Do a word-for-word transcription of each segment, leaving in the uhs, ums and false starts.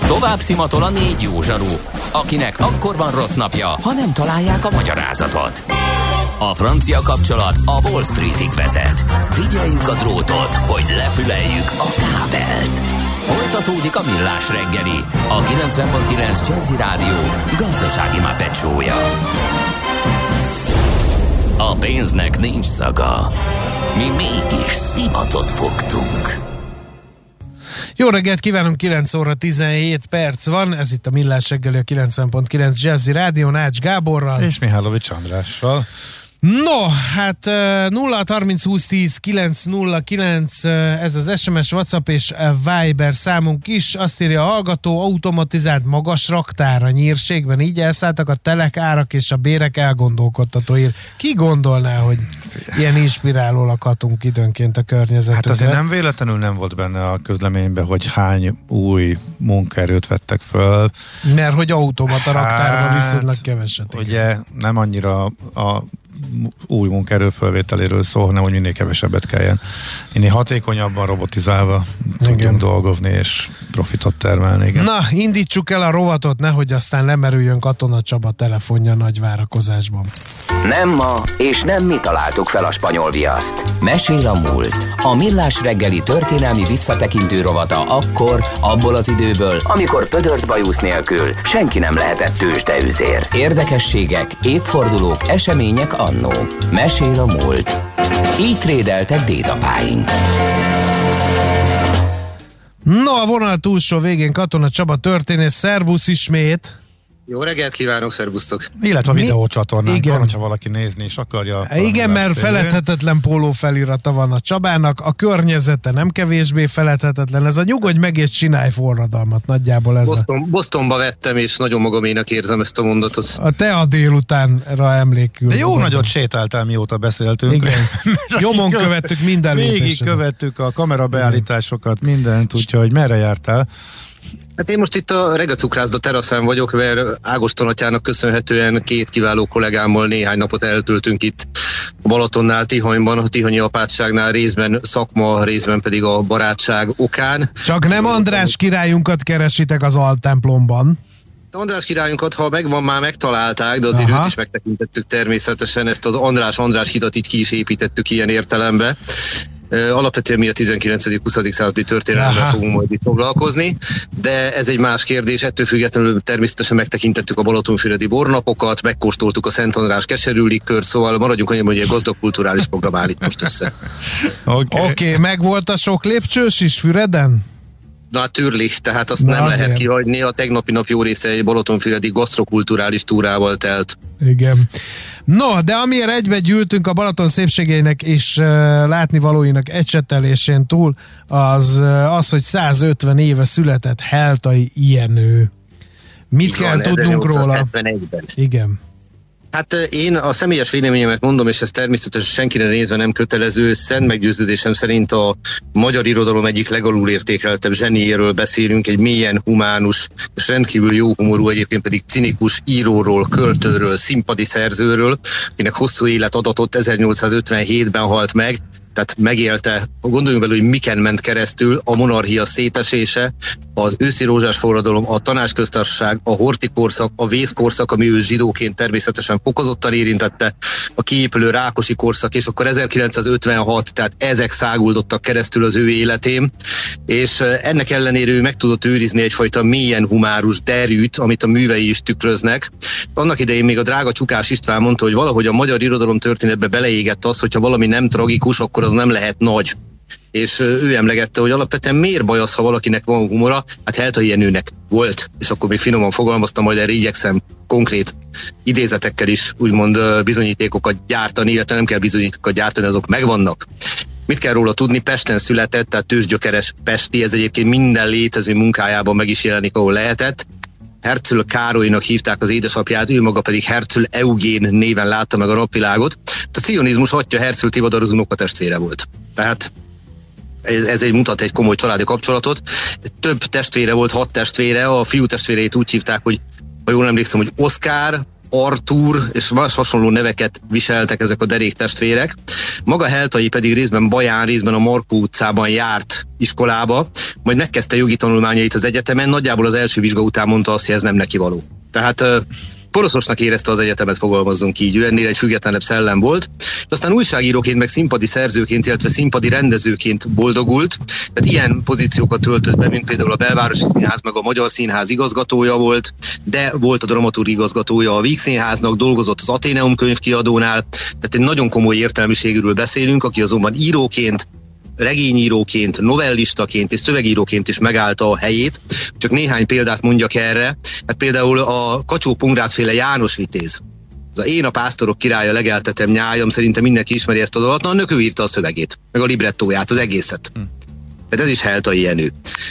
Tovább szimatol a négy jó zsaru, akinek akkor van rossz napja, ha nem találják a magyarázatot. A francia kapcsolat a Wall Streetig vezet. Figyeljük a drótot, hogy lefüleljük a kábelt. Folytatódik a Millás reggeli, a kilencven pont kilenc Jazzy Rádió gazdasági mápecsója. A pénznek nincs szaga. Mi mégis szimatot fogtunk. Jó reggelt kívánunk, kilenc óra tizenhét perc van, ez itt a Millás reggeli, a kilencven pont kilenc Jazzy Rádió, Ács Gáborral. És Mihálovics Andrással. No, hát nulla harminc húsz tíz kilenc nulla kilenc, ez az es em es, WhatsApp és Viber számunk is. Azt írja a hallgató, automatizált magas raktára nyírségben, így elszálltak a telek, árak és a bérek, elgondolkodtató ír. Ki gondolná, hogy ilyen inspiráló lakhatunk időnként a környezetünkben? Hát azért nem véletlenül nem volt benne a közleményben, hogy hány új munkaerőt vettek föl. Mert hogy automata hát, raktárban viszonylag keveset. Ugye nem annyira a új munkaerő fölvételéről szól, hanem hogy minél kevesebbet kelljen. Minél hatékonyabban, robotizálva tudjunk igen. dolgozni és profitot termelni. Igen. Na, indítsuk el a rovatot, nehogy aztán lemerüljön Katona Csaba telefonja nagy várakozásban. Nem ma, és nem mi találtuk fel a spanyol viaszt. Mesél a múlt. A Millás reggeli történelmi visszatekintő rovata akkor, abból az időből, amikor pödört bajusz nélkül senki nem lehetett tőzsdeüzér. Érdekességek, évfordulók, események annó. Mesél a múlt. Így trédeltek dédapáink. No, a vonal túlsó végén Katona Csaba történész, szervusz ismét! Jó reggelt kívánok, szervusztok! Illetve a videócsatornánk igen. van, hogyha valaki nézni is akarja. Igen, mert feledhetetlen póló felirata van a Csabának, a környezete nem kevésbé feledhetetlen. Ez a nyugodj meg és csinálj forradalmat, nagyjából ez Boston, a... Bostonba vettem, és nagyon magaménak érzem ezt a mondatot. A te a délutánra emlékül. De jó mondom. Nagyot sétáltál, mióta beszéltünk. Igen. Nyomon követtük minden lépésen. Végig követtük a kamerabeállításokat, mindent, úgyhogy merre jártál? Hát én most itt a Regacukrászda teraszán vagyok, mert Ágoston atyának köszönhetően két kiváló kollégámmal néhány napot eltöltünk itt a Balatonnál, Tihanyban, a tihanyi apátságnál, részben szakma, részben pedig a barátság okán. Csak nem András királyunkat keresitek az altemplomban. András királyunkat, ha megvan, már megtalálták, de azért Aha. őt is megtekintettük természetesen, ezt az András-András hidat így ki is építettük ilyen értelembe. Alapvetően mi a tizenkilencedik-huszadik századi történelemmel fogunk majd itt foglalkozni, de ez egy más kérdés, ettől függetlenül természetesen megtekintettük a balatonfüredi bornapokat, megkóstoltuk a Szent András keserűlikkört, szóval maradjunk annyiban, hogy egy gazdag kulturális program áll itt most össze. Oké, okay. okay, meg volt a sok lépcsős is Füreden? Na hát Türlich, tehát azt Na nem azért. lehet kihagyni, a tegnapi nap jó része egy balatonfüredi gasztrokulturális túrával telt. Igen. No, de amiért egybe gyűltünk a Balaton szépségeinek és uh, látnivalóinak ecsetelésén túl, az uh, az, hogy százötven éve született Heltai Jenő. Mit Így kell van, tudnunk róla? ezernyolcszázhetvenegyben. Igen. Hát én a személyes véleményemet mondom, és ez természetesen senkire nézve nem kötelező, szent meggyőződésem szerint a magyar irodalom egyik legalul értékeltebb zseniéről beszélünk, egy mélyen humánus és rendkívül jó humorú, egyébként pedig cinikus íróról, költőről, színpadi szerzőről, akinek hosszú élet adatott, ezernyolcszázötvenhétben halt meg, tehát megélte, gondoljunk belül, hogy miken ment keresztül a monarchia szétesése, az őszi rózsás forradalom, a tanácsköztársaság, a horthy korszak, a vészkorszak, ami ő zsidóként természetesen fokozottan érintette, a kiépülő rákosi korszak, és akkor ezerkilencszázötvenhat, tehát ezek száguldottak keresztül az ő életén, és ennek ellenére ő meg tudott őrizni egyfajta mélyen humárus derűt, amit a művei is tükröznek. Annak idején még a drága Csukás István mondta, hogy valahogy a magyar irodalom történetbe beleégett az, hogyha valami nem tragikus, akkor az nem lehet nagy. És ő emlegette, hogy alapvetően miért baj az, ha valakinek van humora, hát Heltai Jenőnek volt, és akkor még finoman fogalmaztam, majd erre igyekszem konkrét idézetekkel is úgymond bizonyítékokat gyártani, illetve nem kell bizonyítékokat gyártani, azok megvannak. Mit kell róla tudni? Pesten született, tehát tőzsgyökeres pesti, ez egyébként minden létező munkájában meg is jelenik, ahol lehetett. Herzl Károlynak hívták az édesapját, ő maga pedig Herzl Eugén néven látta meg a napvilágot. A cionizmus atya Herzl Tivadar az unokatestvére volt. Tehát ez, ez egy mutat egy komoly családi kapcsolatot. Több testvére volt, hat testvére, a fiú testvéreit úgy hívták, hogy ha jól emlékszem, hogy Oszkár, Artúr és más hasonló neveket viseltek ezek a deréktestvérek. Maga Heltai pedig részben Baján, részben a Markó utcában járt iskolába, majd megkezdte jogi tanulmányait az egyetemen, nagyjából az első vizsga után mondta azt, hogy ez nem neki való. Tehát poroszosnak érezte az egyetemet, fogalmazzunk így, ő ennél egy függetlenebb szellem volt, és aztán újságíróként, meg színpadi szerzőként, illetve színpadi rendezőként boldogult, tehát ilyen pozíciókat töltött be, mint például a Belvárosi Színház, meg a Magyar Színház igazgatója volt, de volt a dramaturg igazgatója a Víg Színháznak, dolgozott az Atheneum könyvkiadónál, tehát egy nagyon komoly értelmiségűről beszélünk, aki azonban íróként, regényíróként, novellistaként és szövegíróként is megállta a helyét. Csak néhány példát mondjak erre. Hát például a Kacsó-Pongrácz-féle János Vitéz. Az a Én a pásztorok királya, legeltetem nyájam, szerintem mindenki ismeri ezt a dolgot. Na, nök ő írta a szövegét, meg a librettóját, az egészet. Hm. Tehát ez is Heltai Jenő.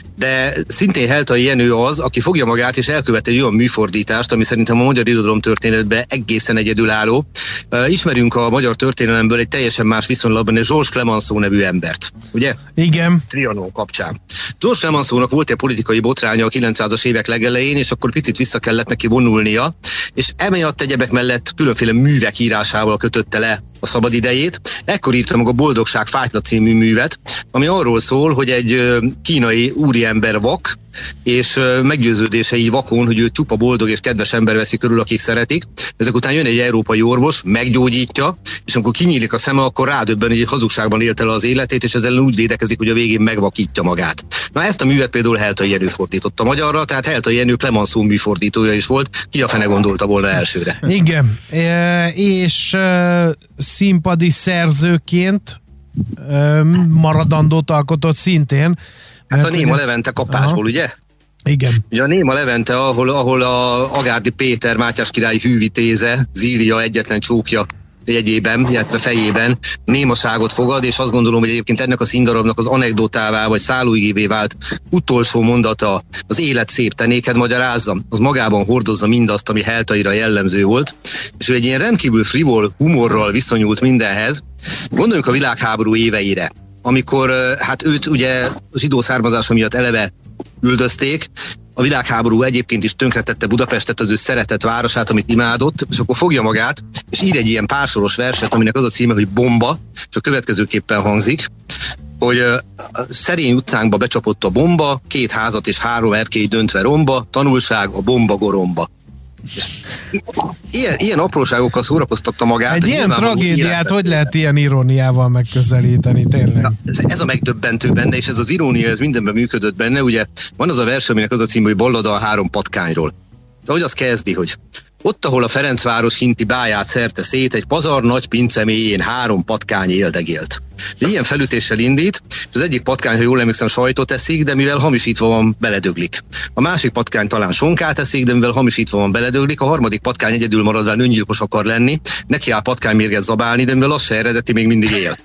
De szintén Heltai Jenő az, aki fogja magát és elkövet egy olyan műfordítást, ami szerintem a magyar irodalom történetben egészen egyedülálló. Ismerünk a magyar történelemből egy teljesen más viszonylatban egy Georges Clemenceau nevű embert. Ugye? Igen. Trianon kapcsán. Georges Clemenceaunak volt egy politikai botránya a kilencszázas évek legelején, és akkor picit vissza kellett neki vonulnia, és emiatt egyebek mellett különféle művek írásával kötötte le a szabadidejét. Ekkor írta meg a Boldogság Fátyla című művet, ami arról szól, hogy egy kínai úriember vak, és meggyőződései vakon, hogy ő csupa boldog és kedves ember veszi körül, akik szeretik. Ezek után jön egy európai orvos, meggyógyítja, és amikor kinyílik a szeme, akkor rádöbben, hogy egy hazugságban élte le az életét, és ezzel úgy védekezik, hogy a végén megvakítja magát. Na, ezt a művet például Heltai Jenő fordította magyarra, tehát Heltai Jenő Clemenceau műfordítója is volt. Ki a fene gondolta volna elsőre? Igen, e, és e, színpadi szerzőként e, maradandót alkotott szintén. Hát a Néma Levente kapásból, aha, ugye? Igen. Ugye a Néma Levente, ahol, ahol a Agárdi Péter, Mátyás király hűvitéze, Zília egyetlen csókja jegyében, illetve fejében némaságot fogad, és azt gondolom, hogy egyébként ennek a színdarabnak az anekdotává, vagy szállóigévé vált utolsó mondata, az élet szép, te néked magyarázza, az magában hordozza mindazt, ami Heltaira jellemző volt, és ő egy ilyen rendkívül frivol humorral viszonyult mindenhez. Gondoljunk a világháború éveire, amikor hát őt ugye zsidó származása miatt eleve üldözték, a világháború egyébként is tönkretette Budapestet, az ő szeretett városát, amit imádott, és akkor fogja magát, és ír egy ilyen pársoros verset, aminek az a címe, hogy Bomba, és a következőképpen hangzik, hogy uh, szerény utcánkba becsapott a bomba, két házat és három erkély döntve romba, tanulság a bomba goromba. Ilyen, ilyen apróságokkal szórakoztatta magát. Egy ilyen tragédiát hogy lehet ilyen iróniával megközelíteni, tényleg? Na, ez, ez a megdöbbentő benne, és ez az irónia, ez mindenben működött benne. Ugye van az a vers, aminek az a cím, hogy Ballada a három patkányról. De hogy az kezdi, hogy ott, ahol a Ferencváros hinti báját szerte szét, egy pazar nagy pince mélyén három patkány éldegélt. De ilyen felütéssel indít, és az egyik patkány, ha jól emlékszem, sajtot eszik, de mivel hamisítva van, beledöglik. A másik patkány talán sonkát eszik, de mivel hamisítva van, beledöglik. A harmadik patkány egyedül maradván öngyilkos akar lenni, neki áll patkánymérget zabálni, de mivel az se eredeti, még mindig él.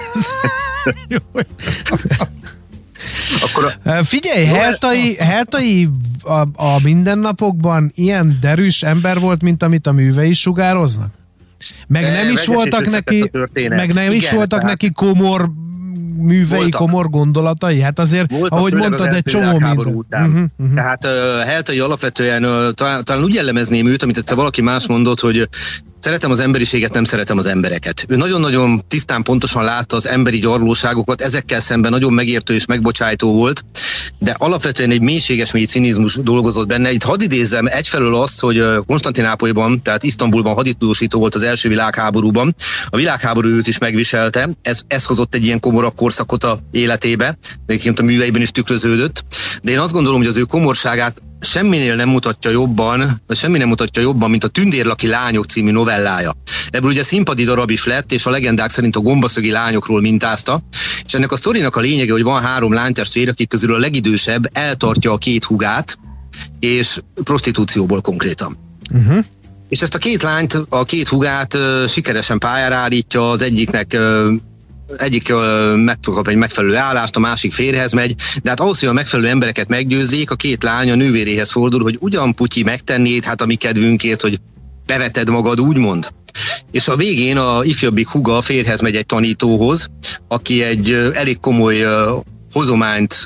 Akkor a... Figyelj, Heltai, Heltai a, a mindennapokban ilyen derűs ember volt, mint amit a művei sugároznak? Meg nem is voltak neki, meg nem is voltak tehát... neki komor művei, voltak. Komor gondolatai? Hát azért, voltak, ahogy mondtad, egy csomó minden. Uh-huh, uh-huh. Tehát uh, Heltai alapvetően uh, talán, talán úgy jellemezném őt, amit egyszer valaki más mondott, hogy szeretem az emberiséget, nem szeretem az embereket. Ő nagyon-nagyon tisztán, pontosan látta az emberi gyarlóságokat, ezekkel szemben nagyon megértő és megbocsájtó volt, de alapvetően egy mélységes mély cinizmus dolgozott benne. Itt hadd idézzem egyfelől azt, hogy Konstantinápolyban, tehát Isztambulban haditudósító volt az első világháborúban. A világháború őt is megviselte, ez, ez hozott egy ilyen komorabb korszakot a életébe, egyébként a műveiben is tükröződött, de én azt gondolom, hogy az ő komorságát semminél nem mutatja jobban, vagy semmi nem mutatja jobban, mint a Tündérlaki lányok című novellája. Ebből ugye színpadi darab is lett, és a legendák szerint a gombaszögi lányokról mintázta, és ennek a sztorinak a lényege, hogy van három lánytestvér, akik közül a legidősebb eltartja a két hugát, és prostitúcióból konkrétan. Uh-huh. És ezt a két lányt, a két hugát uh, sikeresen pályára állítja, az egyiknek uh, egyik uh, megkap egy megfelelő állást, a másik férjhez megy, de hát ahhoz, hogy a megfelelő embereket meggyőzzék, a két lány a nővéréhez fordul, hogy ugyan Putyi megtennéd, hát a mi kedvünkért, hogy beveted magad, úgymond. És a végén a ifjabbik húga a férjhez megy egy tanítóhoz, aki egy uh, elég komoly uh, hozományt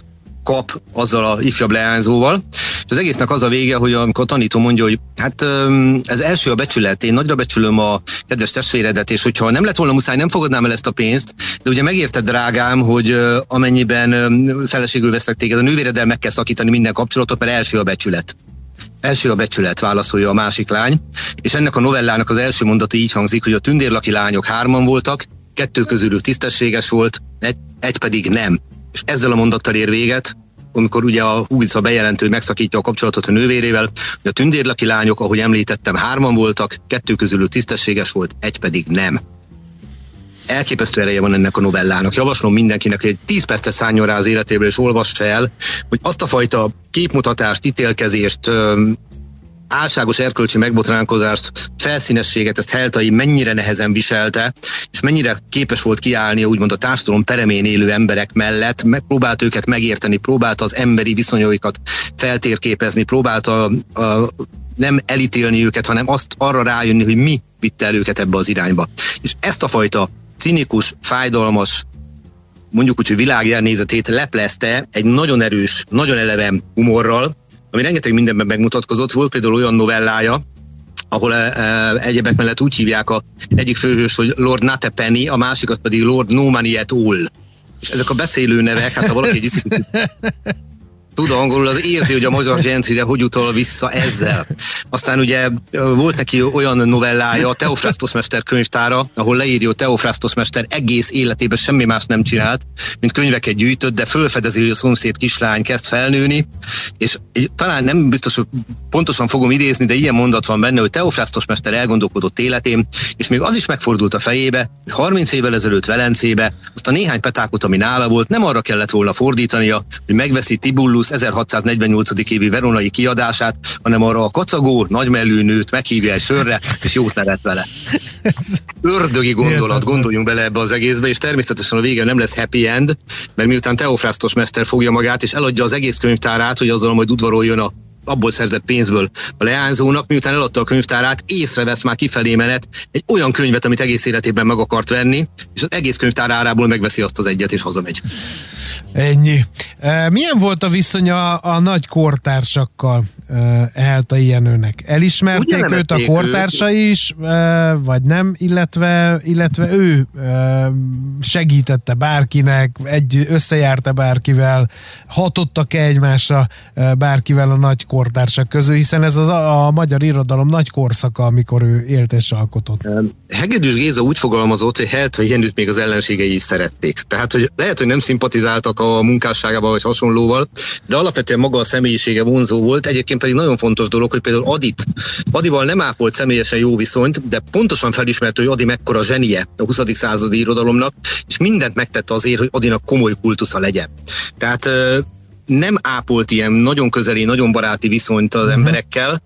kap azzal a ifjabb leányzóval. És az egésznek az a vége, hogy amikor a tanító mondja, hogy hát ez első a becsület, én nagyra becsülöm a kedves testvéredet, és hogyha nem lett volna muszáj, nem fogadnám el ezt a pénzt, de ugye megérted, drágám, hogy amennyiben feleségül veszek téged, a nővéreddel meg kell szakítani minden kapcsolatot, mert első a becsület. Első a becsület, válaszolja a másik lány, és ennek a novellának az első mondata így hangzik, hogy a tündérlaki lányok hárman voltak, kettő közülük tisztességes volt, egy, egy pedig nem. És ezzel a mondattal ér véget, amikor ugye a Húgica bejelentő, hogy megszakítja a kapcsolatot a nővérével, hogy a tündérlaki lányok, ahogy említettem, hárman voltak, kettő közülük tisztességes volt, egy pedig nem. Elképesztő ereje van ennek a novellának. Javaslom mindenkinek, hogy egy tíz percet szálljon rá az életéből, és olvassa el, hogy azt a fajta képmutatást, ítélkezést, álságos erkölcsi megbotránkozást, felszínességet, ezt Heltai mennyire nehezen viselte, és mennyire képes volt kiállni úgymond a társadalom peremén élő emberek mellett, megpróbált őket megérteni, próbálta az emberi viszonyaikat feltérképezni, próbálta a, nem elítélni őket, hanem azt arra rájönni, hogy mi vitte el őket ebbe az irányba. És ezt a fajta cinikus, fájdalmas, mondjuk úgy, hogy világnézetét leplezte egy nagyon erős, nagyon eleven humorral, ami rengeteg mindenben megmutatkozott. Volt például olyan novellája, ahol e, e, egyebek mellett úgy hívják a egyik főhős, hogy Lord Not a Penny, a másikat pedig Lord No Money at All. És ezek a beszélő nevek, hát ha valaki egy tud angolul, az érzi, hogy a magyar gentrire hogy utal vissza ezzel. Aztán ugye volt neki olyan novellája, Teofrasztos mester könyvtára, ahol leírja, hogy Teofrasztos mester egész életében semmi más nem csinált, mint könyveket gyűjtött, de fölfedezi, hogy a szomszéd kislány kezd felnőni, és talán nem biztos, hogy pontosan fogom idézni, de ilyen mondat van benne, hogy Teofrasztos mester elgondolkodott életén, és még az is megfordult a fejébe, hogy harminc évvel ezelőtt Velencébe azt a néhány petákot, ami nála volt, nem arra kellett volna fordítania, hogy megveszi Tibullus ezerhatszáznegyvennyolcadik évi veronai kiadását, hanem arra a kacagó, nagymellű nőt meghívja egy sörre, és jót nevet vele. Ördögi gondolat, gondoljunk bele ebbe az egészbe, és természetesen a vége nem lesz happy end, mert miután Teofrasztos mester fogja magát, és eladja az egész könyvtárát, hogy azzal majd udvaroljon a abból szerzett pénzből a leányzónak, miután eladta a könyvtárát, észrevesz már kifelé menet egy olyan könyvet, amit egész életében meg akart venni, és az egész könyvtár árából megveszi azt az egyet, és hazamegy. Ennyi. Milyen volt a viszonya a nagy kortársakkal Heltai Jenőnek? Elismerték őt a kortársai is, vagy nem, illetve, illetve ő segítette bárkinek, egy összejárta bárkivel, hatottak-e egymásra bárkivel a nagy kortársak közül, hiszen ez az a, a magyar irodalom nagy korszaka, amikor ő élt és alkotott. Hegedűs Géza úgy fogalmazott, hogy Heltai Jenőt még az ellenségei is szerették. Tehát, hogy lehet, hogy nem szimpatizáltak a munkásságával vagy hasonlóval, de alapvetően maga a személyisége vonzó volt. Egyébként pedig nagyon fontos dolog, hogy például Adit. Adival nem ápolt személyesen jó viszonyt, de pontosan felismerte, hogy Adi mekkora zsenie a huszadik századi irodalomnak, és mindent megtette azért, hogy Adinak komoly kultusza legyen. Tehát nem ápolt ilyen nagyon közeli, nagyon baráti viszonyt az uh-huh. emberekkel,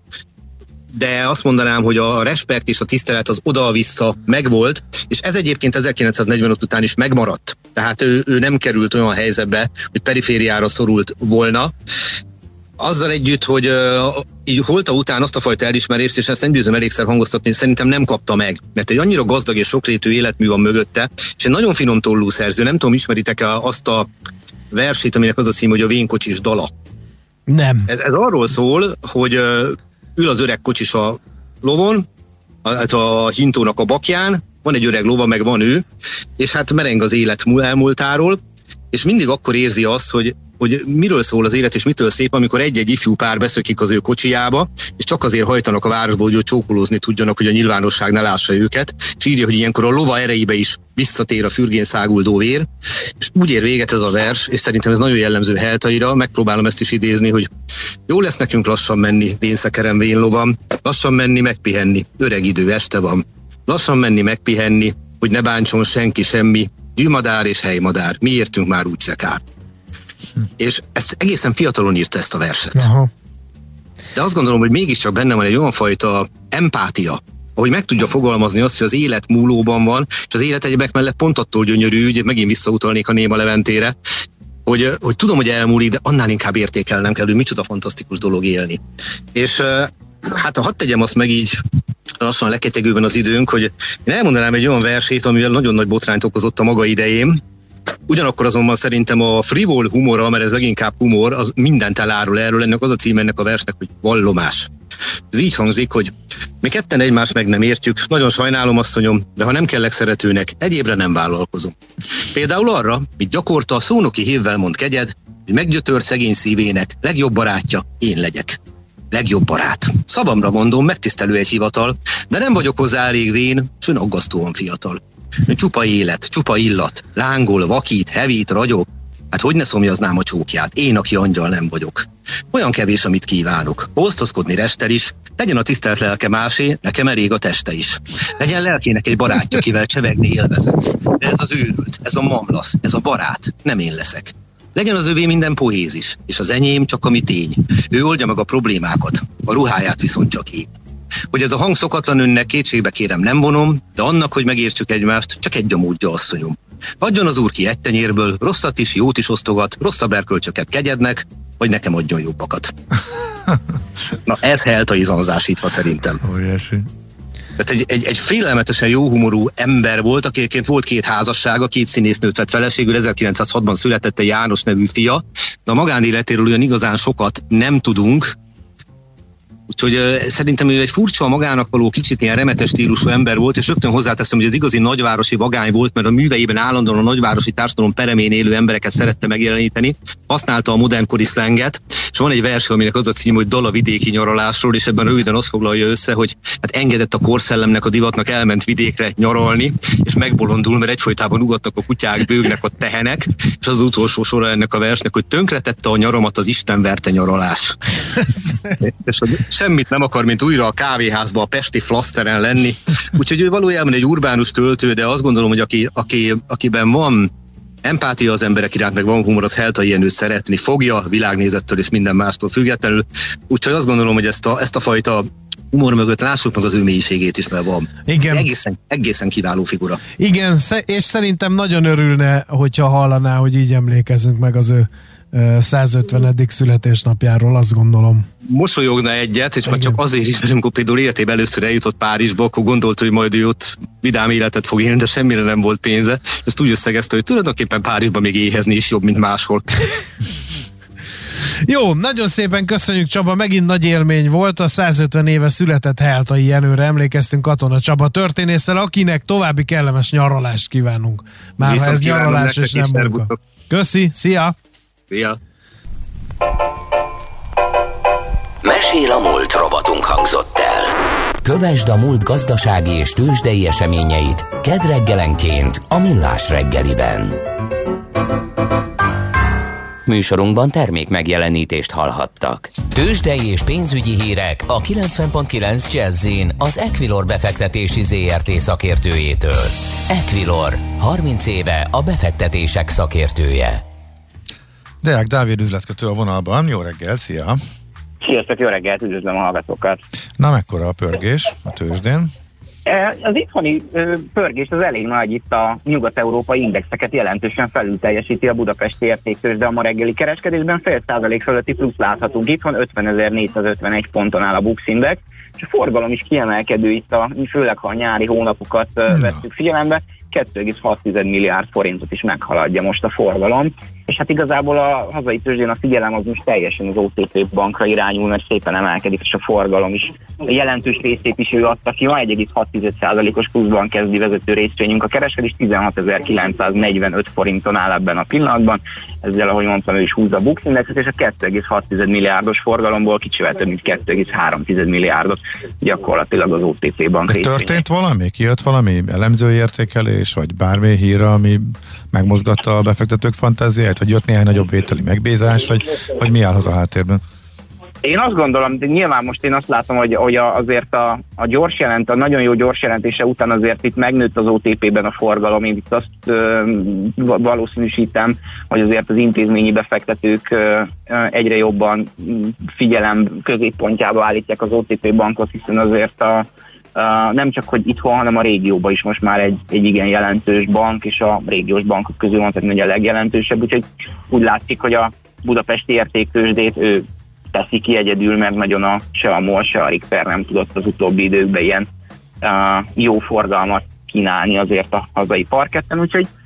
de azt mondanám, hogy a respekt és a tisztelet az oda-vissza megvolt, és ez egyébként ezerkilencszáznegyvenöt után is megmaradt. Tehát ő, ő nem került olyan helyzetbe, hogy perifériára szorult volna. Azzal együtt, hogy uh, így Holta után azt a fajta elismerést, és ezt nem győzöm elégszer hangoztatni, szerintem nem kapta meg. Mert egy annyira gazdag és sokrétű életmű van mögötte, és egy nagyon finom tollú szerző. Nem tudom, ismeritek-e azt a versét, aminek az a cím, hogy a Vénkocsis dala. Nem. Ez, ez arról szól, hogy uh, ül az öreg kocsis a lovon, a, a hintónak a bakján, van egy öreg lova, meg van ő, és hát mereng az élet elmúltáról, és mindig akkor érzi azt, hogy, hogy miről szól az élet, és mitől szép, amikor egy-egy ifjú pár beszökik az ő kocsijába, és csak azért hajtanak a városba, hogy csókolózni tudjanak, hogy a nyilvánosság ne lássa őket, és írja, hogy ilyenkor a lova erejébe is visszatér a fürgén száguldó vér, és úgy ér véget ez a vers, és szerintem ez nagyon jellemző Heltaira, megpróbálom ezt is idézni, hogy jó lesz nekünk lassan menni, vénszekerem vén lovam, lassan menni, megpihenni, öreg idő, este van. Lassan menni, megpihenni, hogy ne bántson senki semmi, gyűmadár és helymadár, mi értünk már úgy se kár. Hm. És ezt egészen fiatalon írta ezt a verset. Aha. De azt gondolom, hogy mégiscsak benne van egy olyan fajta empátia, ahogy meg tudja fogalmazni azt, hogy az élet múlóban van, és az élet egyebek mellett pont attól gyönyörű, ugye megint visszautalnék a Néma Leventére, hogy, hogy tudom, hogy elmúlik, de annál inkább értékelnem kell, hogy micsoda fantasztikus dolog élni. És hát hadd tegyem azt meg így lassan leketyegőben az időnk, hogy én elmondanám egy olyan versét, amivel nagyon nagy botrányt okozott a maga idején, Ugyanakkor azonban szerintem a frivol humora, mert ez leginkább humor, az mindent elárul erről, ennek az a cím ennek a versnek, hogy vallomás. Ez így hangzik, hogy mi ketten egymást meg nem értjük, nagyon sajnálom, asszonyom, de ha nem kellek szeretőnek, egyébre nem vállalkozom. Például arra, mit gyakorta a szónoki hévvel mond kegyed, hogy meggyötört szegény szívének legjobb barátja én legyek. Legjobb barát. Szavamra mondom, megtisztelő egy hivatal, de nem vagyok hozzá elég vén, s ön aggasztóan fiatal. Csupa élet, csupa illat, lángol, vakít, hevít, ragyog. Hát hogy ne szomjaznám a csókját, én, aki angyal nem vagyok. Olyan kevés, amit kívánok. Osztozkodni restel is, legyen a tisztelt lelke másé, nekem elég a teste is. Legyen lelkének egy barátja, kivel csevegni élvezet. De ez az őrült, ez a mamlasz, ez a barát, nem én leszek. Legyen az övé minden poézis, és az enyém csak ami tény. Ő oldja meg a problémákat, a ruháját viszont csak én. Hogy ez a hang szokatlan önnek, kétségbe kérem nem vonom, de annak, hogy megértsük egymást, csak egy a módja, asszonyom. Adjon az úr ki egy tenyérből, rosszat is, jót is osztogat, rosszabb erkölcsöket kegyednek, vagy nekem adjon jobbakat. Na ez heltai zanzásítva szerintem. Óriási. Tehát egy, egy, egy félelmetesen jó humorú ember volt, akiként volt két házassága, két színésznőt vett feleségül, ezerkilencszázhatban született egy János nevű fia, de a magánéletéről olyan igazán sokat nem tudunk, úgyhogy uh, szerintem ő egy furcsa, magának való, kicsit ilyen remetes stílusú ember volt, és rögtön hozzáteszem, hogy az igazi nagyvárosi vagány volt, mert a műveiben állandóan a nagyvárosi társadalom peremén élő embereket szerette megjeleníteni, használta a modernkori szlenget, és van egy vers, aminek az a cím, hogy Dal a vidéki nyaralásról, és ebben röviden azt foglalja össze, hogy hát engedett a korszellemnek, a divatnak, elment vidékre nyaralni, és megbolondul, mert egyfolytában ugatnak a kutyák, bőgnek a tehenek, és az utolsó sora ennek a versnek, hogy tönkretette a nyaramat az Isten verte nyaralás. És semmit nem akar, mint újra a kávéházba, a pesti flaszteren lenni. Úgyhogy ő valójában egy urbánus költő, de azt gondolom, hogy aki, aki, akiben van empátia az emberek iránt, meg van humor, az Heltai Jenőt szeretni fogja, világnézettől és minden mástól függetlenül. Úgyhogy azt gondolom, hogy ezt a, ezt a fajta humor mögött lássuk meg az ő mélységét is, mert van. Igen. Egészen, egészen kiváló figura. Igen, és szerintem nagyon örülne, hogyha hallaná, hogy így emlékezünk meg az ő százötvenedik születésnapjáról, azt gondolom. Mosolyogna egyet, és már csak azért is, mert amikor például életében először eljutott Párizsba, akkor gondolta, hogy majd ő ott vidám életet fog élni, de semmire nem volt pénze. Ezt úgy összegezte, hogy tulajdonképpen Párizsban még éhezni is jobb, mint máshol. Jó, nagyon szépen köszönjük, Csaba, megint nagy élmény volt, a százötven éve született Heltai Jenőre emlékeztünk Katona Csaba történésszel, akinek további kellemes nyaralást kívánunk. Már ha ez nyaralás és nem munka. Köszi, szia! Szia! Mesél a múlt robotunk hangzott el. Kövesd a múlt gazdasági és tőzsdei eseményeit kedd reggelenként a Millás reggeliben. Műsorunkban termék megjelenítést hallhattak. Tőzsdei és pénzügyi hírek a kilencven pont kilenc Jazz-in az Equilor befektetési zé er té szakértőjétől. Equilor, harminc éve a befektetések szakértője. Deák Dávid üzletkötő a vonalban. Jó reggel, szia! Sziasztok, jó reggelt, üdvözlöm a hallgatókat! Na, mekkora a pörgés a tőzsdén? Az itthoni pörgés az elég nagy, itt a nyugat-európai indexeket jelentősen felül teljesíti a budapesti értéktőzsde, a ma reggeli kereskedésben fél százalék fölötti plusz láthatunk itthon, ötvenezer-négyszázötvenegy ponton áll a Bux Index, és a forgalom is kiemelkedő itt, a, főleg ha a nyári hónapokat no. vesszük figyelembe, kettő egész hat milliárd forintot is meghaladja most a forgalom, és hát igazából a hazai tőzsdén a figyelem az most teljesen az o té pé bankra irányul, mert szépen emelkedik, és a forgalom is a jelentős részét is ő adta ki, ma egy egész hat százalékos pluszban kezdi vezető részvényünk a kereskedés, tizenhatezer-kilencszáznegyvenöt forinton áll ebben a pillanatban, ezzel, ahogy mondtam, ő is húzza a Bux Indexet, és a kettő egész hat milliárdos forgalomból kicsivel több mint kettő egész három milliárdot gyakorlatilag az o té pé bank részvények. Történt valami? Kijött valami elemzői értékelés, vagy bármi hír, ami megmozgatta a befektetők fantáziáját, vagy jött néhány nagyobb vételi megbízás, vagy, vagy mi állhat a háttérben? Én azt gondolom, de nyilván most én azt látom, hogy, hogy azért a, a gyors jelent, a nagyon jó gyors jelentése után azért itt megnőtt az o té pében a forgalom. Én itt azt ö, valószínűsítem, hogy azért az intézményi befektetők ö, egyre jobban figyelem középpontjába állítják az o té pé bankot, hiszen azért a Uh, nem csak, hogy itthon, hanem a régióban is most már egy, egy igen jelentős bank, és a régiós bankok közül mondhatni, hogy a legjelentősebb, úgyhogy úgy látszik, hogy a budapesti értéktőzsdét ő teszi ki egyedül, mert nagyon a, se a MOL, se a Richter nem tudott az utóbbi időkben ilyen uh, jó forgalmat kínálni azért a hazai parketten, úgyhogy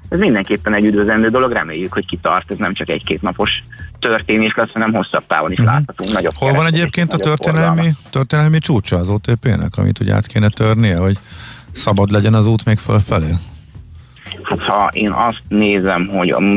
ez mindenképpen egy üdvözlendő dolog, reméljük, hogy kitart, ez nem csak egy-két napos történés lesz, hanem hosszabb távon is uh-huh. láthatunk nagyobb. Hol van egyébként a történelmi, történelmi csúcsa az o té pé-nek, amit ugye át kéne törnie, hogy szabad legyen az út még fölfelé? Hát ha én azt nézem, hogy a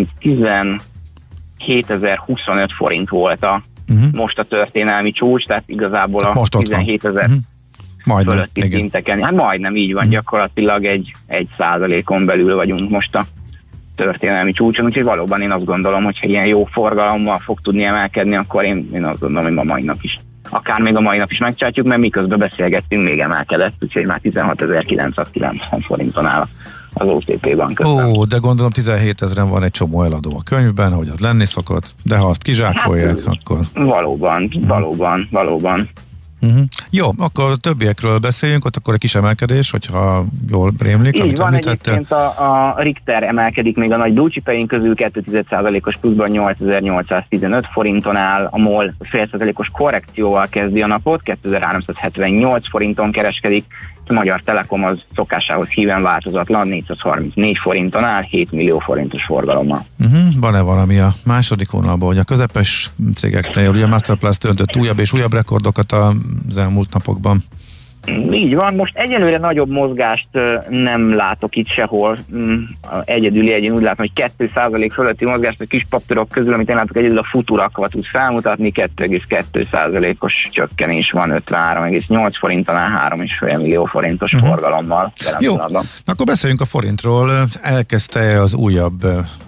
tizenhétezer-huszonöt forint volt a, uh-huh. most a történelmi csúcs, tehát igazából a tizenhétezer uh-huh. Majdnem, fölötti igen. szinteken. Hát majdnem így van, uh-huh. gyakorlatilag egy, egy százalékon belül vagyunk most a történelmi csúcson, úgyhogy valóban én azt gondolom, hogy ha ilyen jó forgalommal fog tudni emelkedni, akkor én, én azt gondolom, hogy ma mai nap is. Akár még a mai nap is megcsátjuk, mert miközben beszélgettünk, még emelkedett, úgyhogy már tizenhatezer-kilencszázkilencven forinton áll az o té pé bank. Ó, de gondolom tizenhétezren van egy csomó eladó a könyvben, hogy az lenni szokott, de ha azt kizsákolják, hát, akkor... Valóban, valóban, valóban. Uh-huh. Jó, akkor a többiekről beszéljünk, ott akkor egy kis emelkedés, hogyha jól rémlik. Így van, egyébként a, a Richter emelkedik még a nagy blue-chipeink közül, kettő egész egy százalékos pluszban nyolcezer-nyolcszáztizenöt forinton áll, a MOL fél százalékos korrekcióval kezdi a napot, kétezer-háromszázhetvennyolc forinton kereskedik, a Magyar Telekom az szokásához híven változatlan, négyszázharmincnégy forinton áll, hét millió forintos forgalommal. Uh-huh. Van-e valami a második vonalban, hogy a közepes cégeknél, ugye a Masterplast döntött újabb és újabb rekordokat az elmúlt napokban? Így van, most egyelőre nagyobb mozgást nem látok itt sehol. Egyedüli egyén úgy látom, hogy két százalék fölötti mozgást a kis papírok közül, amit én látok, egyedül a Futurakva tud felmutatni, kettő egész kettő százalékos csökkenés van, ötvenhárom egész nyolc forintonál három egész öt millió forintos uh-huh. forgalommal. Jó, akkor beszéljünk a forintról. Elkezdte az újabb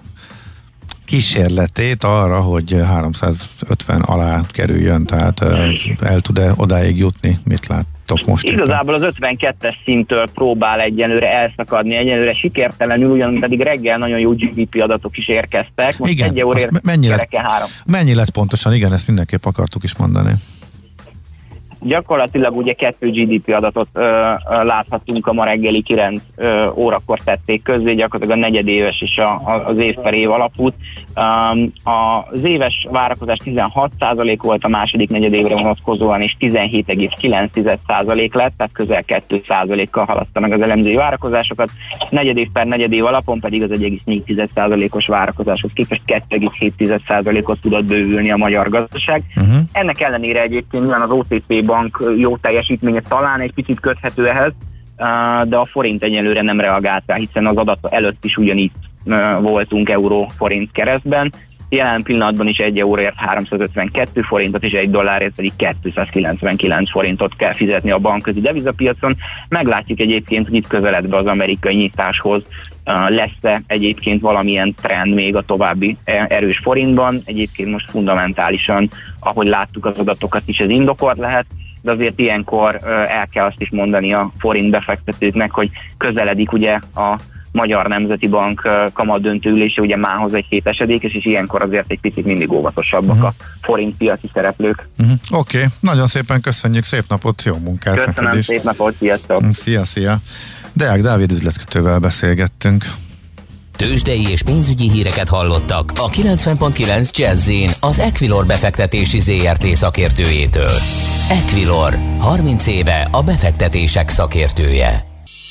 kísérletét arra, hogy háromszázötven alá kerüljön, tehát el tud-e odáig jutni? Mit láttok most? Igazából az ötvenkettes szinttől próbál egyenlőre elszakadni, egyenlőre sikertelenül, ugyan pedig reggel nagyon jó gé dé pé adatok is érkeztek. Most igen, egy euróért mennyi lett, három. Mennyi lett pontosan? Igen, ezt mindenképp akartuk is mondani. Gyakorlatilag ugye kettő gé dé pé adatot ö, ö, láthatunk, a ma reggeli kilenc ö, órakor tették közzé, gyakorlatilag a negyedéves és a, a, az év per év alapút. Um, az éves várakozás tizenhat százalék volt a második negyedévre vonatkozóan, és tizenhét egész kilenc százalék lett, tehát közel két százalékkal haladta meg az elemzői várakozásokat. Negyedév per negyedév alapon pedig az egy egész négy százalékos várakozáshoz képest kettő egész hét százalékot tudott bővülni a magyar gazdaság. Uh-huh. Ennek ellenére egyébként nyilván az o té pé bank jó teljesítménye talán egy picit köthető ehhez, de a forint egyelőre nem reagált rá, hiszen az adat előtt is ugyanígy voltunk euró-forint keresztben. Jelen pillanatban is egy euróért háromszázötvenkettő forintot, és egy dollárért pedig kétszázkilencvenkilenc forintot kell fizetni a bankközi devizapiacon. Meglátjuk egyébként, hogy itt közeledve az amerikai nyitáshoz lesz-e egyébként valamilyen trend még a további erős forintban. Egyébként most fundamentálisan, ahogy láttuk az adatokat is, ez indokolt lehet, de azért ilyenkor el kell azt is mondani a forint befektetőknek, hogy közeledik ugye a Magyar Nemzeti Bank kamatdöntő ülése, ugye mához egy hét esedékes, és ilyenkor azért egy picit mindig óvatosabbak uh-huh. a forint piaci szereplők. Uh-huh. Oké, okay. Nagyon szépen köszönjük, szép napot, jó munkát! Köszönöm, szép napot, sziasztok! Szia, szia! Deák Dávid üzletkötővel beszélgettünk. Tőzsdei és pénzügyi híreket hallottak a kilencven pont kilenc Jazz-in az Equilor befektetési zé er té szakértőjétől. Equilor, harminc éve a befektetések szakértője.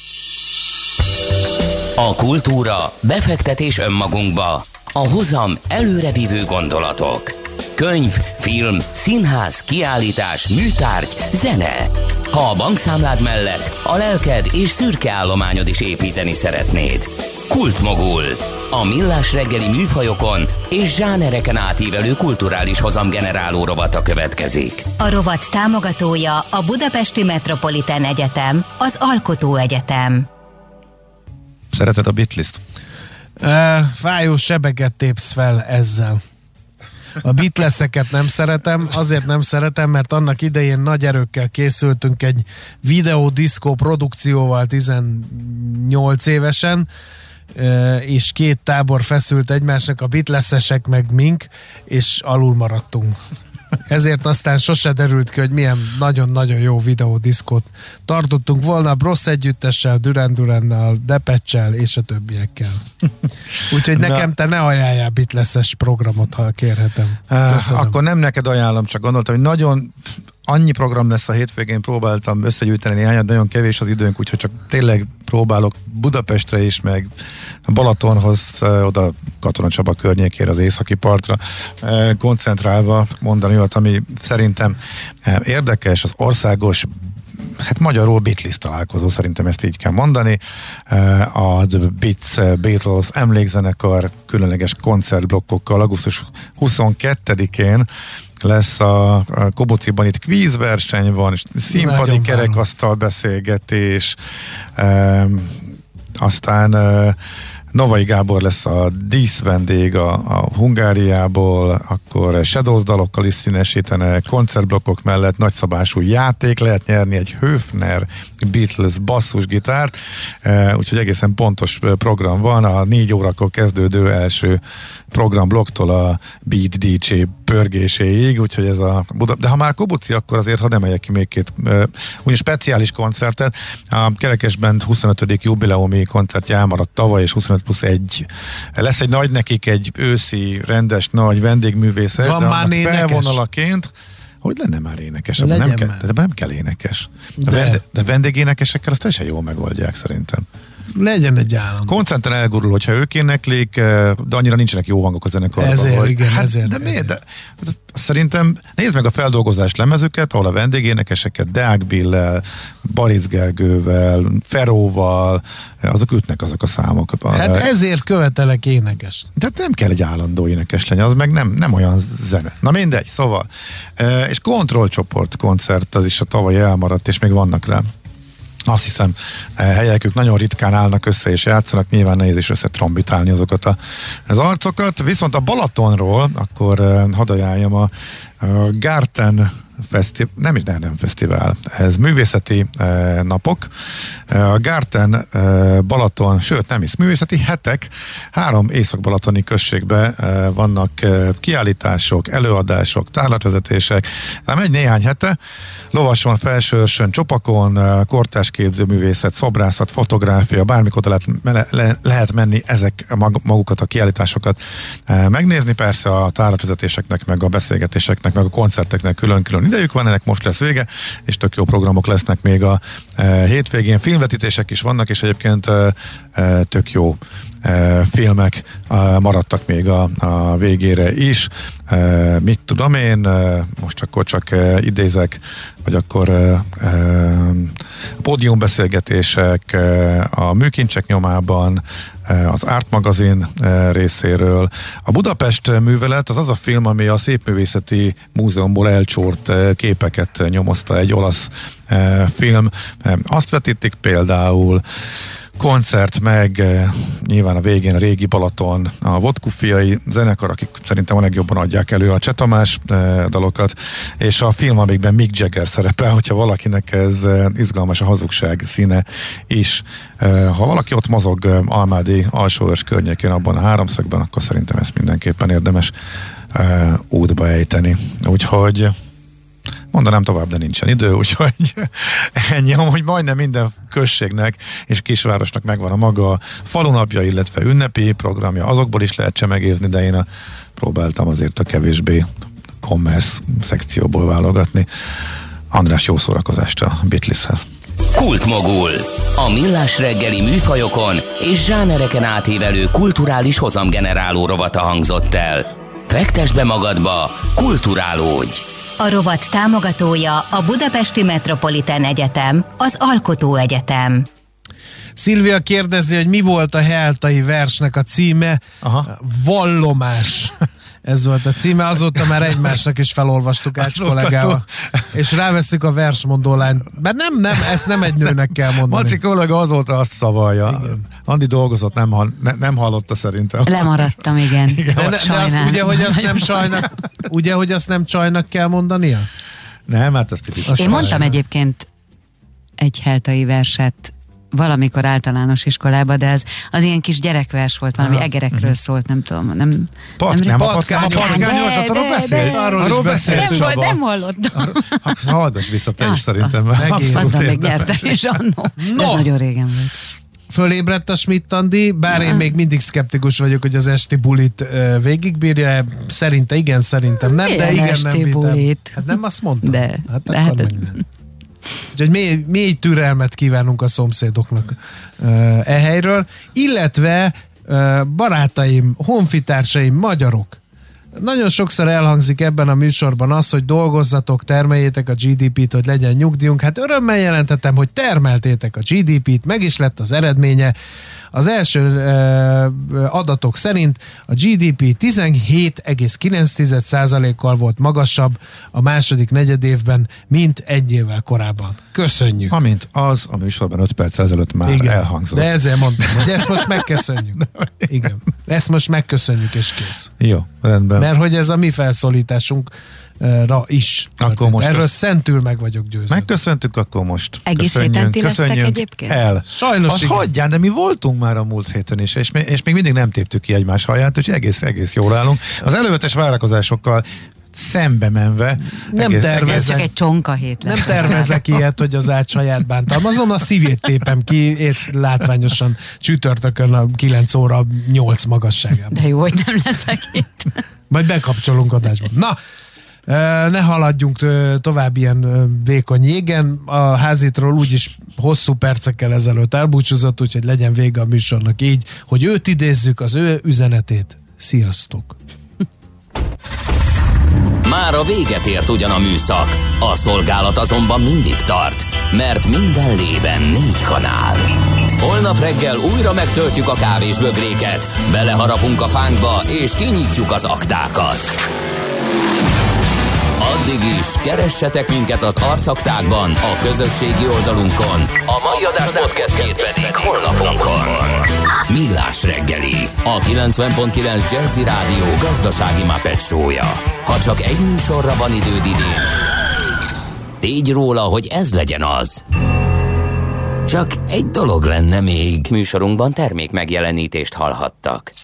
A kultúra, befektetés önmagunkba, a hozam előrevívő gondolatok. Könyv, film, színház, kiállítás, műtárgy, zene. Ha a bankszámlád mellett a lelked és szürke állományod is építeni szeretnéd. Kultmogul. A millás reggeli műfajokon és zsánereken átívelő kulturális hozamgeneráló rovata következik. A rovat támogatója a Budapesti Metropolitán Egyetem, az Alkotó Egyetem. Szereted a Beatles-t? Uh, fájó sebeket tépsz fel ezzel. A Beatleseket nem szeretem, azért nem szeretem, mert annak idején nagy erőkkel készültünk egy videódiszkó produkcióval tizennyolc évesen, és két tábor feszült egymásnak, a Beatlesesek meg mink, és alul maradtunk. Ezért aztán sose derült ki, hogy milyen nagyon-nagyon jó videódiszkót tartottunk volna Bros együttessel, Duran Durannal, Depeche-sel és a többiekkel. Úgyhogy nekem te ne ajánljál Beatles-es programot, ha kérhetem. Köszönöm. Akkor nem neked ajánlom, csak gondoltam, hogy nagyon annyi program lesz a hétvégén, próbáltam összegyűjteni néhányat, nagyon kevés az időnk, úgyhogy csak tényleg próbálok Budapestre is, meg Balatonhoz, oda Katona Csaba környékére, az északi partra koncentrálva mondani olyat, ami szerintem érdekes, az országos, hát magyarul Beatles találkozó, szerintem ezt így kell mondani. A The Beats Beatles emlékzenekar különleges koncertblokkokkal augusztus huszonkettedikén lesz a Kobociban, itt kvízverseny van, színpadi kerekasztal beszélgetés, e, aztán e, Novai Gábor lesz a díszvendég a, a Hungáriából, akkor Shadows dalokkal is színesítenek, koncertblokkok mellett nagyszabású játék, lehet nyerni egy Höfner Beatles basszusgitárt, e, úgyhogy egészen pontos program van, a négy órakor kezdődő első programblokktól a Beat dé dzsé pörgéséig, úgyhogy ez a Buda... De ha már Kobuci, akkor azért hadd emeljek ki még két uh, úgy speciális koncertet. A Kerekesband huszonötödik jubileumi koncertje elmaradt tavaly, és huszonöt plusz egy. Lesz egy nagy nekik, egy őszi, rendes, nagy vendégművészes, van de annak énekes? Felvonalaként hogy lenne már énekes? Nem kell, de nem kell énekes. De, de. Vend, de vendégénekesekkel azt teljesen jól megoldják szerintem. Legyen egy állam. Koncerten elgurul, hogyha ők éneklik, de annyira nincsenek jó hangok a zenekarban. Ezért, hogy, igen, hát, ezért. De miért? ezért. De, szerintem nézd meg a feldolgozás lemezüket, ahol a vendégénekeseket Deák Billel, Baric Gergővel, Feróval, azok ütnek azok a számok. Hát ezért követelek énekes. De nem kell egy állandó énekes lenni, az meg nem, nem olyan zene. Na mindegy, szóval. És kontrollcsoport koncert, az is a tavaly elmaradt, és még vannak rá. Azt hiszem, helyek, ők nagyon ritkán állnak össze és játszanak, nyilván nehéz is összetrombitálni azokat a, az arcokat. Viszont a Balatonról akkor hadd ajánljam a, a Garten Fesztivál, nem is nem fesztivál, ez művészeti eh, napok. A Garten eh, Balaton, sőt nem is, művészeti hetek, három észak-balatoni községben eh, vannak eh, kiállítások, előadások, tárlatvezetések. Nem egy néhány hete, Lovason, Felsőörsön, Csopakon, eh, kortárs képzőművészet, szobrászat, fotográfia, bármikor lehet, le, le, lehet menni ezek mag, magukat a kiállításokat eh, megnézni. Persze a tárlatvezetéseknek, meg a beszélgetéseknek, meg a koncerteknek külön-külön idejük van, ennek most lesz vége, és tök jó programok lesznek még a e, hétvégén. Filmvetítések is vannak, és egyébként e, e, tök jó e, filmek e, maradtak még a, a végére is. E, mit tudom én, e, most akkor csak e, idézek, vagy akkor e, e, pódiumbeszélgetések e, a Műkincsek nyomában, az Art magazin részéről. A Budapest művelet az az a film, ami a Szépművészeti Múzeumból elcsort képeket nyomozta, egy olasz film. Azt vetítik például, koncert, meg nyilván a végén a régi Balaton, a Vodkufiai zenekar, akik szerintem a legjobban adják elő a Cseh Tamás dalokat, és a film, amikben Mick Jagger szerepel, hogyha valakinek ez izgalmas, a hazugság színe is. Ha valaki ott mozog Almádi alsóörs környékén, abban a háromszögben, akkor szerintem ezt mindenképpen érdemes útba ejteni. Úgyhogy mondanám tovább, de nincsen idő, úgyhogy ennyi, hogy majdnem minden községnek és kisvárosnak megvan a maga falunapja, illetve ünnepi programja, azokból is lehet csemegézni, de én a, próbáltam azért a kevésbé commerce szekcióból válogatni. András, jó szórakozást a Beatleshez. Kultmogul. A millás reggeli műfajokon és zsánereken átívelő kulturális hozamgeneráló rovata hangzott el. Fektesd be magadba, kulturálódj! A rovat támogatója a Budapesti Metropolitán Egyetem, az Alkotó Egyetem. Szilvia kérdezi, hogy mi volt a heltai versnek a címe. Aha. Vallomás. Ez volt a címe, azóta már egymásnak is felolvastuk Ács kollégával. És ráveszünk a versmondó lányt. Mert nem, nem, ezt nem egy nőnek kell mondani. Maci kollega azóta azt szavalja. Igen. Andi dolgozott, nem, ne, nem hallotta szerintem. Lemaradtam, igen. igen. De, de azt ugye, hogy azt nem csajnak, ugye, hogy azt nem csajnak kell mondania? Nem, hát ezt így. Én mondtam egyébként egy heltai verset valamikor általános iskolába, de az, az ilyen kis gyerekvers volt, valami Aha. egerekről uh-huh. szólt, nem tudom. Nem, Pat, nem, nem a patkányos, arról beszélt. Arról beszélt. Nem, nem hallottam. Hallgass vissza te is szerintem. Azzal még nyertem, és annó. Ez nagyon régen volt. fölébredt a Schmidt-Andi, bár én még mindig szkeptikus vagyok, hogy az esti bulit uh, végigbírja. Szerinte igen, szerintem nem, Milyen de igen, esti nem vitem. bulit? Hát nem azt mondtam. De, hát de akkor hát meg nem. Úgyhogy mély, mély türelmet kívánunk a szomszédoknak uh, e helyről, illetve uh, barátaim, honfitársaim, magyarok. Nagyon sokszor elhangzik ebben a műsorban az, hogy dolgozzatok, termeljétek a gé dé pét, hogy legyen nyugdíjunk. Hát örömmel jelentettem, hogy termeltétek a gé dé pét, meg is lett az eredménye. Az első uh, adatok szerint a gé dé pé tizenhét egész kilenc százalékkal volt magasabb a második negyedévben, mint egy évvel korábban. Köszönjük! Amint az a műsorban öt perc ezelőtt már igen, elhangzott. De ezzel mondtam, hogy ezt most megköszönjük. Igen, ezt most megköszönjük és kész. Jó, rendben. Mert hogy ez a mi felszólításunkra is. Akkor most erről ezt... szentül meg vagyok győződve. Megköszöntük, akkor most. Egész héten ti lesztek egyébként? El. Sajnos azt igen. hagyján, de mi voltunk már a múlt héten is, és, mi, és még mindig nem téptük ki egymás haját, úgyhogy egész, egész jól állunk. Az előzetes várakozásokkal szembe menve. Nem egész, tervezek. Ez csak egy csonka hét lesz. Nem tervezek ilyet, hogy az át saját bántalmazom, a szívét tépem ki, és látványosan csütörtökön a kilenc óra nyolc magasságában. De jó, hogy nem leszek itt. Majd bekapcsolunk adásban. Na, ne haladjunk tovább ilyen vékony jégen. A házitról úgyis hosszú percekkel ezelőtt elbúcsúzott, úgyhogy legyen vége a műsornak így, hogy őt idézzük, az ő üzenetét. Sziasztok! Már a véget ért ugyan a műszak, a szolgálat azonban mindig tart, mert minden lében négy kanál. Holnap reggel újra megtöltjük a kávésbögréket, beleharapunk a fánkba és kinyitjuk az aktákat. Addig is keressetek minket az arcaktákban, a közösségi oldalunkon. A mai adás podcastjét pedig honlapunkon. Millás reggeli, a kilencven pont kilenc Jazzy Rádió gazdasági Muppet show-ja. Ha csak egy műsorra van időd idén, tégy róla, hogy ez legyen az. Csak egy dolog lenne még. Műsorunkban termék megjelenítést hallhattak.